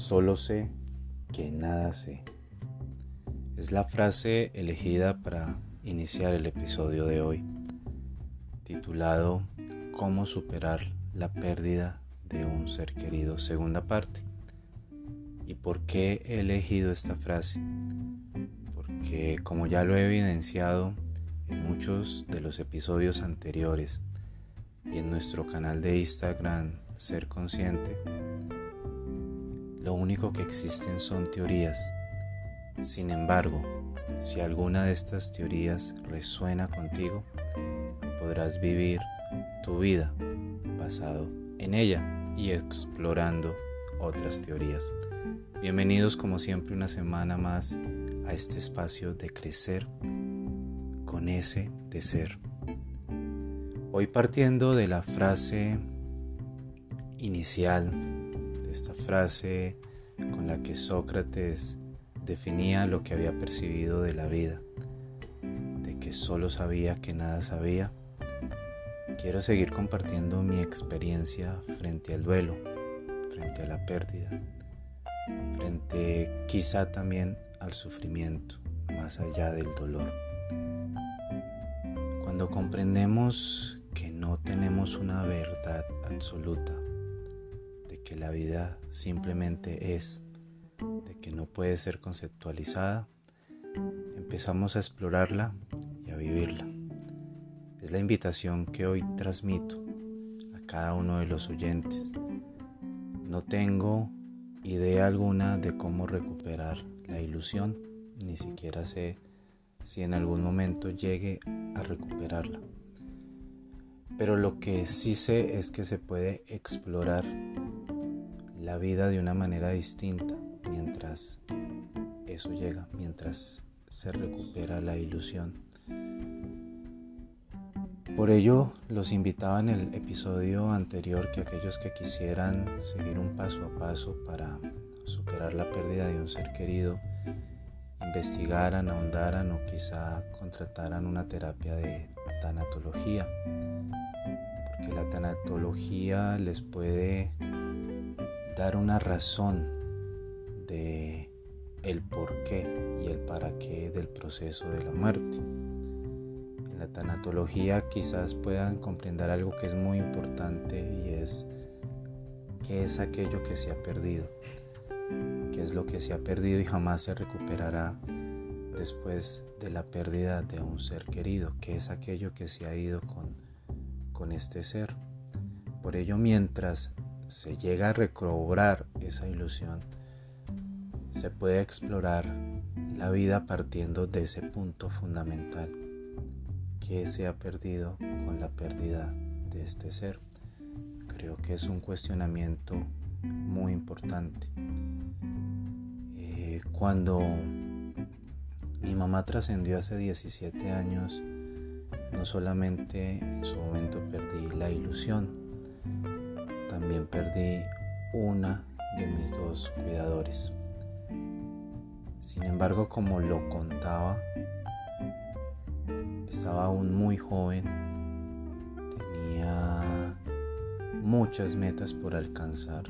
Solo sé que nada sé. Es la frase elegida para iniciar el episodio de hoy, titulado ¿Cómo superar la pérdida de un ser querido? Segunda parte. ¿Y por qué he elegido esta frase? Porque como ya lo he evidenciado en muchos de los episodios anteriores y en nuestro canal de Instagram Ser Consciente, lo único que existen son teorías. Sin embargo, si alguna de estas teorías resuena contigo, podrás vivir tu vida basado en ella y explorando otras teorías. Bienvenidos como siempre una semana más a este espacio de crecer con ese de ser. Hoy partiendo de la frase inicial, de esta frase con la que Sócrates definía lo que había percibido de la vida, de que solo sabía que nada sabía, quiero seguir compartiendo mi experiencia frente al duelo, frente a la pérdida, frente quizá también al sufrimiento, más allá del dolor. Cuando comprendemos que no tenemos una verdad absoluta, de que la vida simplemente es, de que no puede ser conceptualizada, empezamos a explorarla y a vivirla. Es la invitación que hoy transmito a cada uno de los oyentes. No tengo idea alguna de cómo recuperar la ilusión, ni siquiera sé si en algún momento llegue a recuperarla. Pero lo que sí sé es que se puede explorar la vida de una manera distinta mientras eso llega, mientras se recupera la ilusión. Por ello los invitaba en el episodio anterior que aquellos que quisieran seguir un paso a paso para superar la pérdida de un ser querido investigaran, ahondaran o quizá contrataran una terapia de tanatología, porque la tanatología les puede dar una razón de el porqué y el para qué del proceso de la muerte. En la tanatología quizás puedan comprender algo que es muy importante y es qué es aquello que se ha perdido, qué es lo que se ha perdido y jamás se recuperará después de la pérdida de un ser querido, qué es aquello que se ha ido con este ser. Por ello, mientras se llega a recobrar esa ilusión, se puede explorar la vida partiendo de ese punto fundamental, qué se ha perdido con la pérdida de este ser. Creo que es un cuestionamiento muy importante. Cuando mi mamá trascendió hace 17 años, no solamente en su momento perdí la ilusión, también perdí una de mis dos cuidadores. Sin embargo, como lo contaba, estaba aún muy joven, tenía muchas metas por alcanzar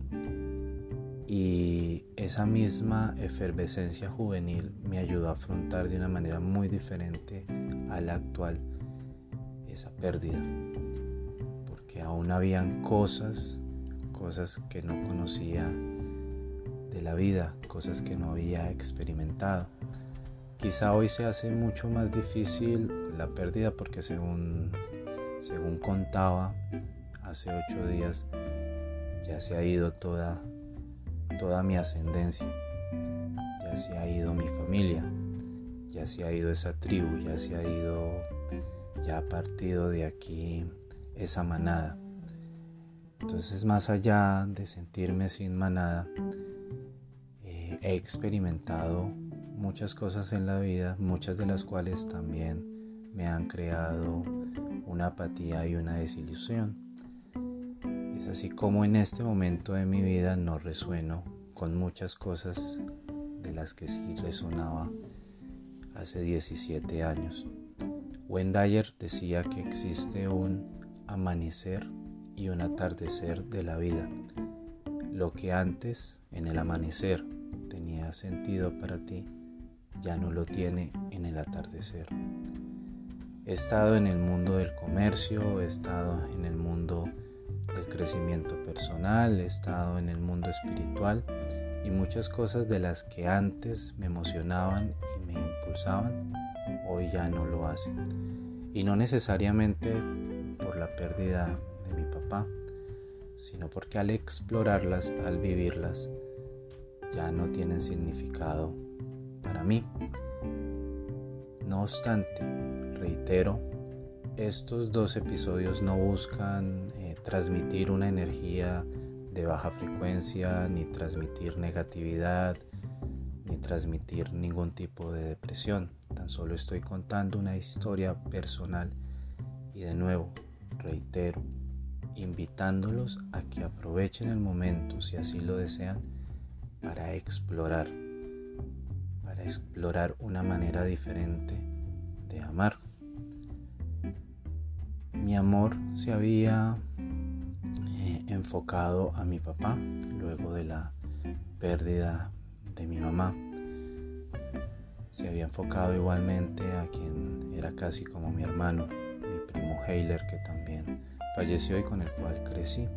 y esa misma efervescencia juvenil me ayudó a afrontar de una manera muy diferente a la actual esa pérdida, porque aún habían cosas que no conocía de la vida, cosas que no había experimentado. Quizá hoy se hace mucho más difícil la pérdida porque según contaba hace 8 días ya se ha ido toda mi ascendencia, ya se ha ido mi familia, ya se ha ido esa tribu, ya ha partido de aquí esa manada. Entonces, más allá de sentirme sin manada, he experimentado muchas cosas en la vida, muchas de las cuales también me han creado una apatía y una desilusión. Es así como en este momento de mi vida no resueno con muchas cosas de las que sí resonaba hace 17 años. Wayne Dyer decía que existe un amanecer y un atardecer de la vida. lo que antes en el amanecer tenía sentido para ti, ya no lo tiene en el atardecer. He estado en el mundo del comercio, he estado en el mundo del crecimiento personal, he estado en el mundo espiritual y muchas cosas de las que antes me emocionaban y me impulsaban, hoy ya no lo hacen. Y no necesariamente por la pérdida de mi papá, sino porque al explorarlas, al vivirlas, ya no tienen significado para mí. No obstante, reitero, estos 2 episodios no buscan transmitir una energía de baja frecuencia, ni transmitir negatividad, ni transmitir ningún tipo de depresión. Tan solo estoy contando una historia personal y de nuevo, reitero, invitándolos a que aprovechen el momento, si así lo desean, para explorar una manera diferente de amar. Mi amor se había enfocado a mi papá luego de la pérdida de mi mamá. Se había enfocado igualmente a quien era casi como mi hermano, mi primo Heiler, que también falleció y con el cual crecí.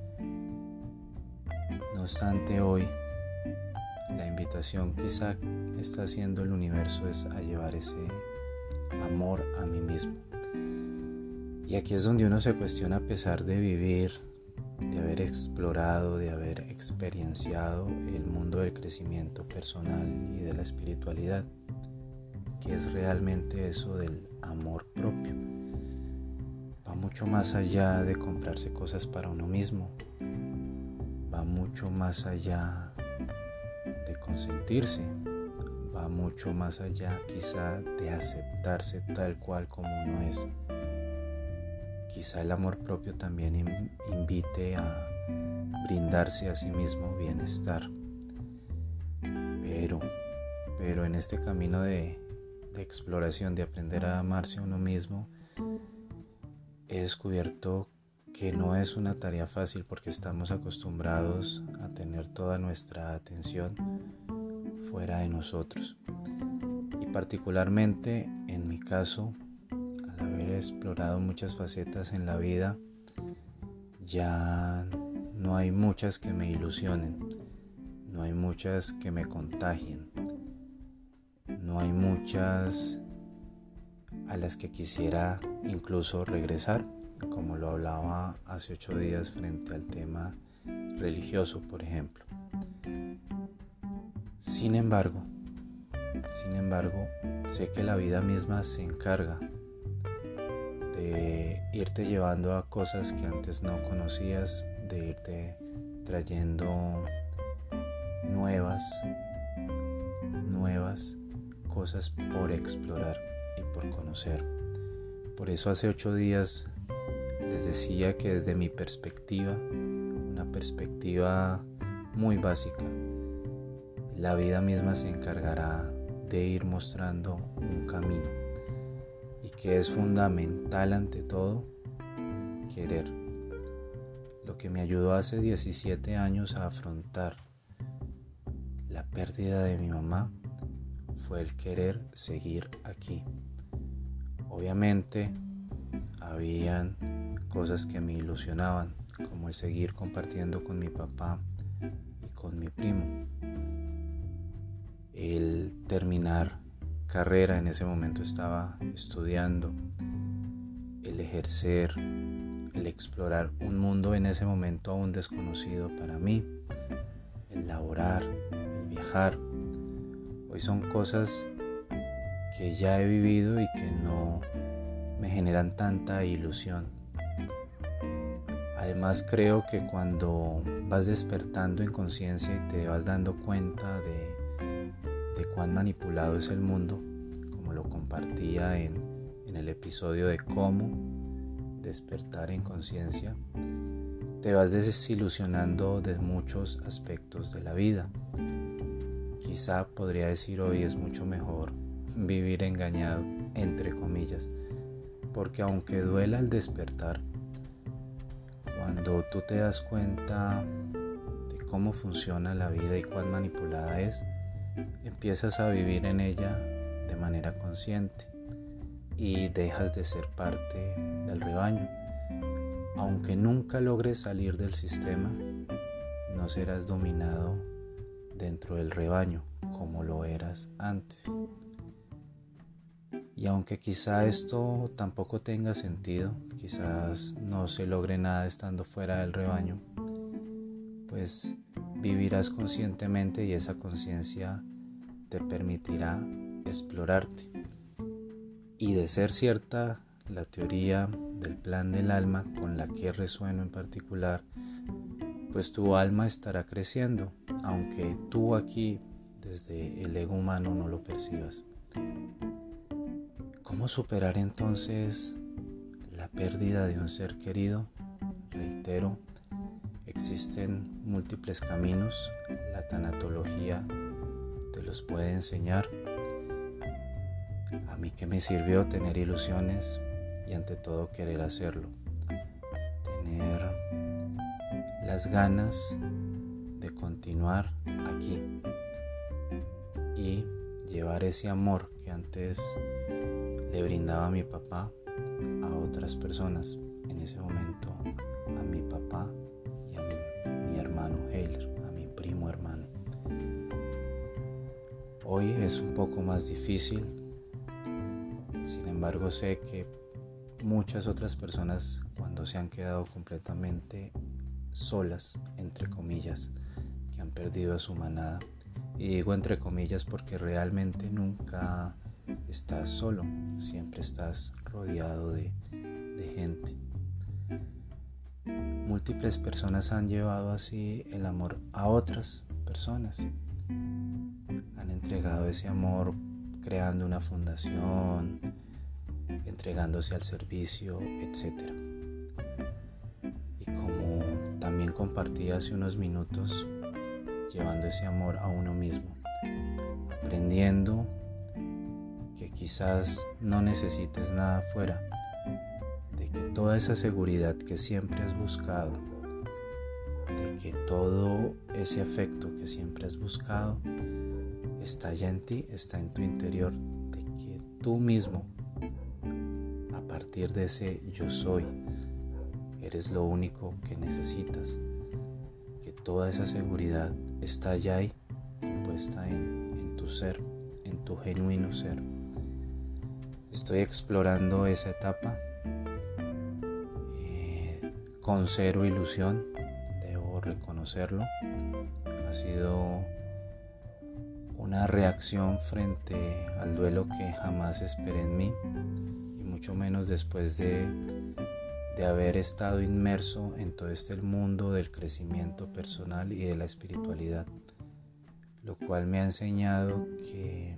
No obstante, hoy la invitación quizá está haciendo el universo es a llevar ese amor a mí mismo. Y aquí es donde uno se cuestiona, a pesar de vivir, de haber explorado, de haber experienciado el mundo del crecimiento personal y de la espiritualidad, ¿qué es realmente eso del amor propio? Va mucho más allá de comprarse cosas para uno mismo, va mucho más allá de consentirse, va mucho más allá quizá de aceptarse tal cual como uno es. Quizá el amor propio también invite a brindarse a sí mismo bienestar. Pero en este camino de exploración, de aprender a amarse a uno mismo, he descubierto que no es una tarea fácil, porque estamos acostumbrados a tener toda nuestra atención fuera de nosotros. Y particularmente en mi caso, al haber explorado muchas facetas en la vida, ya no hay muchas que me ilusionen, no hay muchas que me contagien, no hay muchas a las que quisiera incluso regresar, como lo hablaba hace 8 días frente al tema religioso, por ejemplo. Sin embargo, sé que la vida misma se encarga de irte llevando a cosas que antes no conocías, de irte trayendo nuevas cosas por explorar y por conocer. Por eso hace 8 días les decía que desde mi perspectiva, una perspectiva muy básica, la vida misma se encargará de ir mostrando un camino, y que es fundamental ante todo querer. Lo que me ayudó hace 17 años a afrontar la pérdida de mi mamá fue el querer seguir aquí. Obviamente habían cosas que me ilusionaban, como el seguir compartiendo con mi papá y con mi primo, el terminar carrera, en ese momento estaba estudiando, el ejercer, el explorar un mundo en ese momento aún desconocido para mí, el laborar, el viajar. Hoy son cosas que ya he vivido y que no me generan tanta ilusión. Además, creo que cuando vas despertando en conciencia y te vas dando cuenta de cuán manipulado es el mundo, como lo compartía en el episodio de cómo despertar en conciencia, te vas desilusionando de muchos aspectos de la vida. Quizá podría decir hoy es mucho mejor vivir engañado, entre comillas, porque aunque duela el despertar, cuando tú te das cuenta de cómo funciona la vida y cuán manipulada es, empiezas a vivir en ella de manera consciente y dejas de ser parte del rebaño. Aunque nunca logres salir del sistema, no serás dominado dentro del rebaño como lo eras antes. Y aunque quizá esto tampoco tenga sentido, quizás no se logre nada estando fuera del rebaño, pues vivirás conscientemente y esa conciencia te permitirá explorarte. Y de ser cierta la teoría del plan del alma con la que resueno en particular, pues tu alma estará creciendo, aunque tú aquí desde el ego humano no lo percibas. ¿Cómo superar entonces la pérdida de un ser querido? Reitero, existen múltiples caminos, la tanatología te los puede enseñar. A mí que me sirvió tener ilusiones y ante todo querer hacerlo, tener las ganas de continuar aquí y llevar ese amor que antes le brindaba a mi papá a otras personas, en ese momento a mi papá y a mi hermano Heiler, a mi primo hermano. Hoy es un poco más difícil, sin embargo sé que muchas otras personas, cuando se han quedado completamente solas, entre comillas, que han perdido a su manada, y digo entre comillas porque realmente nunca estás solo, siempre estás rodeado de gente. Múltiples personas han llevado así el amor a otras personas, han entregado ese amor creando una fundación, entregándose al servicio, etc. Y como también compartí hace unos minutos, llevando ese amor a uno mismo, aprendiendo que quizás no necesites nada afuera, de que toda esa seguridad que siempre has buscado, de que todo ese afecto que siempre has buscado está ya en ti, está en tu interior, de que tú mismo, a partir de ese yo soy, eres lo único que necesitas, que toda esa seguridad está ya ahí, puesta en tu ser, en tu genuino ser. Estoy explorando esa etapa con cero ilusión, debo reconocerlo. Ha sido una reacción frente al duelo que jamás esperé en mí, y mucho menos después de haber estado inmerso en todo este mundo del crecimiento personal y de la espiritualidad, lo cual me ha enseñado que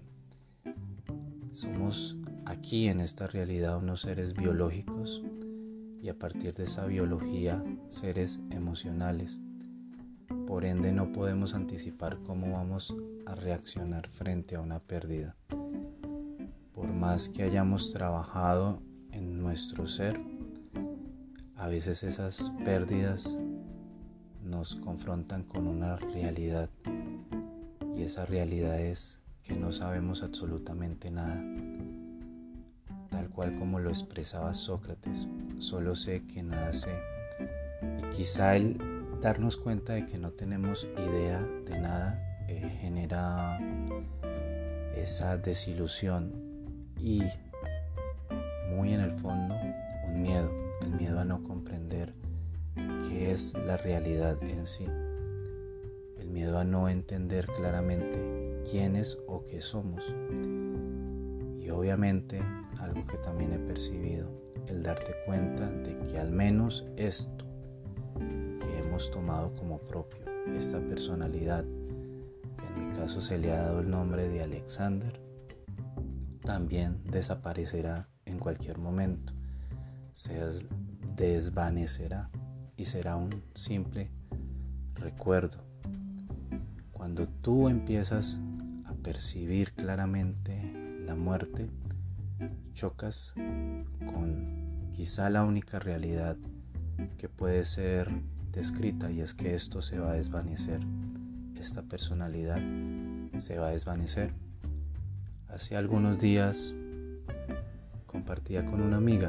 somos aquí en esta realidad unos seres biológicos y a partir de esa biología seres emocionales. Por ende no podemos anticipar cómo vamos a reaccionar frente a una pérdida. Por más que hayamos trabajado en nuestro ser, a veces esas pérdidas nos confrontan con una realidad, y esa realidad es que no sabemos absolutamente nada. Tal cual como lo expresaba Sócrates, solo sé que nada sé. Y quizá el darnos cuenta de que no tenemos idea de nada genera esa desilusión y muy en el fondo un miedo, el miedo a no comprender qué es la realidad en sí, el miedo a no entender claramente quiénes o qué somos. Y obviamente algo que también he percibido, el darte cuenta de que al menos esto que hemos tomado como propio, esta personalidad, que en mi caso se le ha dado el nombre de Alexander, también desaparecerá en cualquier momento, se desvanecerá y será un simple recuerdo. Cuando tú empiezas a percibir claramente la muerte, chocas con quizá la única realidad que puede ser descrita, y es que esto se va a desvanecer, esta personalidad se va a desvanecer. Hace algunos días compartía con una amiga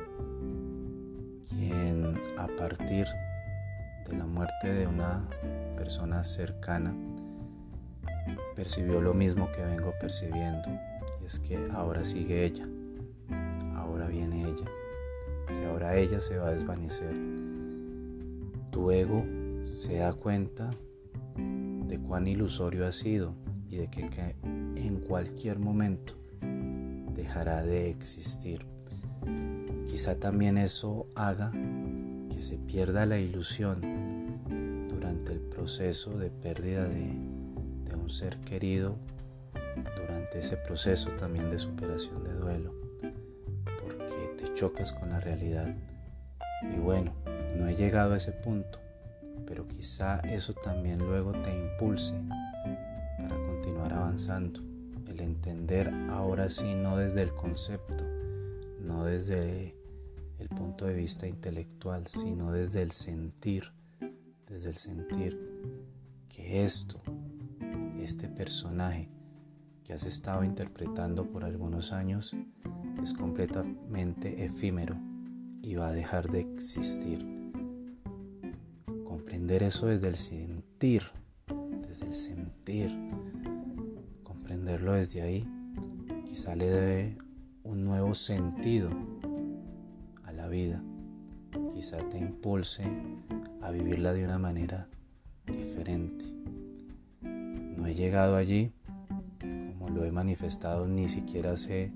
quien, a partir de la muerte de una persona cercana, percibió lo mismo que vengo percibiendo, y es que ahora sigue ella, ahora viene ella, que ahora ella se va a desvanecer. Tu ego se da cuenta de cuán ilusorio ha sido y de que en cualquier momento dejará de existir. Quizá también eso haga que se pierda la ilusión durante el proceso de pérdida de un ser querido, durante ese proceso también de superación de duelo, porque te chocas con la realidad. Y bueno, no he llegado a ese punto, pero quizá eso también luego te impulse para continuar avanzando. El entender ahora sí, no desde el concepto, no desde el punto de vista intelectual, sino desde el sentir que este personaje que has estado interpretando por algunos años es completamente efímero y va a dejar de existir. Comprender eso desde el sentir, comprenderlo desde ahí, quizá le dé un nuevo sentido a la vida, quizá te impulse a vivirla de una manera diferente. No he llegado allí, como lo he manifestado, ni siquiera sé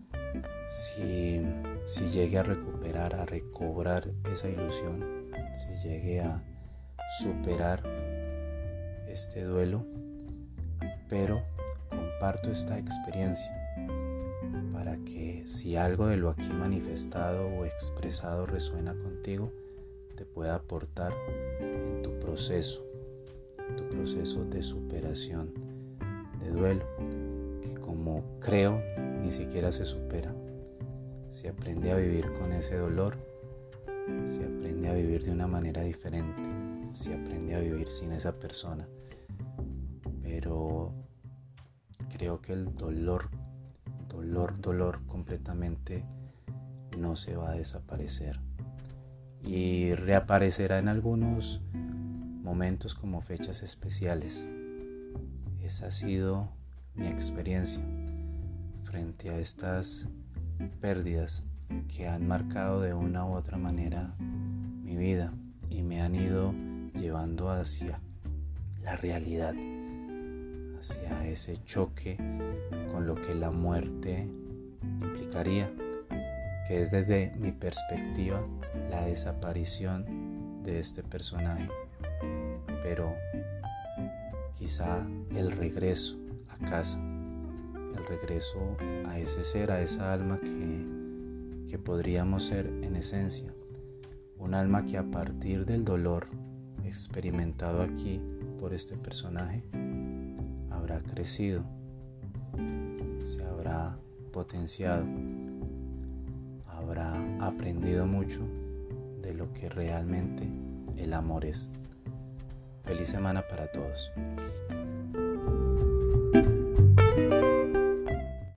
si llegue a recuperar, a recobrar esa ilusión, si llegue a superar este duelo, pero comparto esta experiencia para que, si algo de lo aquí manifestado o expresado resuena contigo, te pueda aportar en tu proceso de superación de duelo, que, como creo, ni siquiera se supera. Se aprende a vivir con ese dolor, se aprende a vivir de una manera diferente, se aprende a vivir sin esa persona, pero creo que el dolor completamente no se va a desaparecer y reaparecerá en algunos momentos como fechas especiales. Esa ha sido mi experiencia frente a estas pérdidas que han marcado de una u otra manera mi vida y me han ido llevando hacia la realidad, hacia ese choque con lo que la muerte implicaría, que es, desde mi perspectiva, la desaparición de este personaje, pero quizá el regreso a casa, el regreso a ese ser, a esa alma que podríamos ser en esencia, un alma que, a partir del dolor experimentado aquí por este personaje, habrá crecido, se habrá potenciado, habrá aprendido mucho de lo que realmente el amor es. Feliz semana para todos.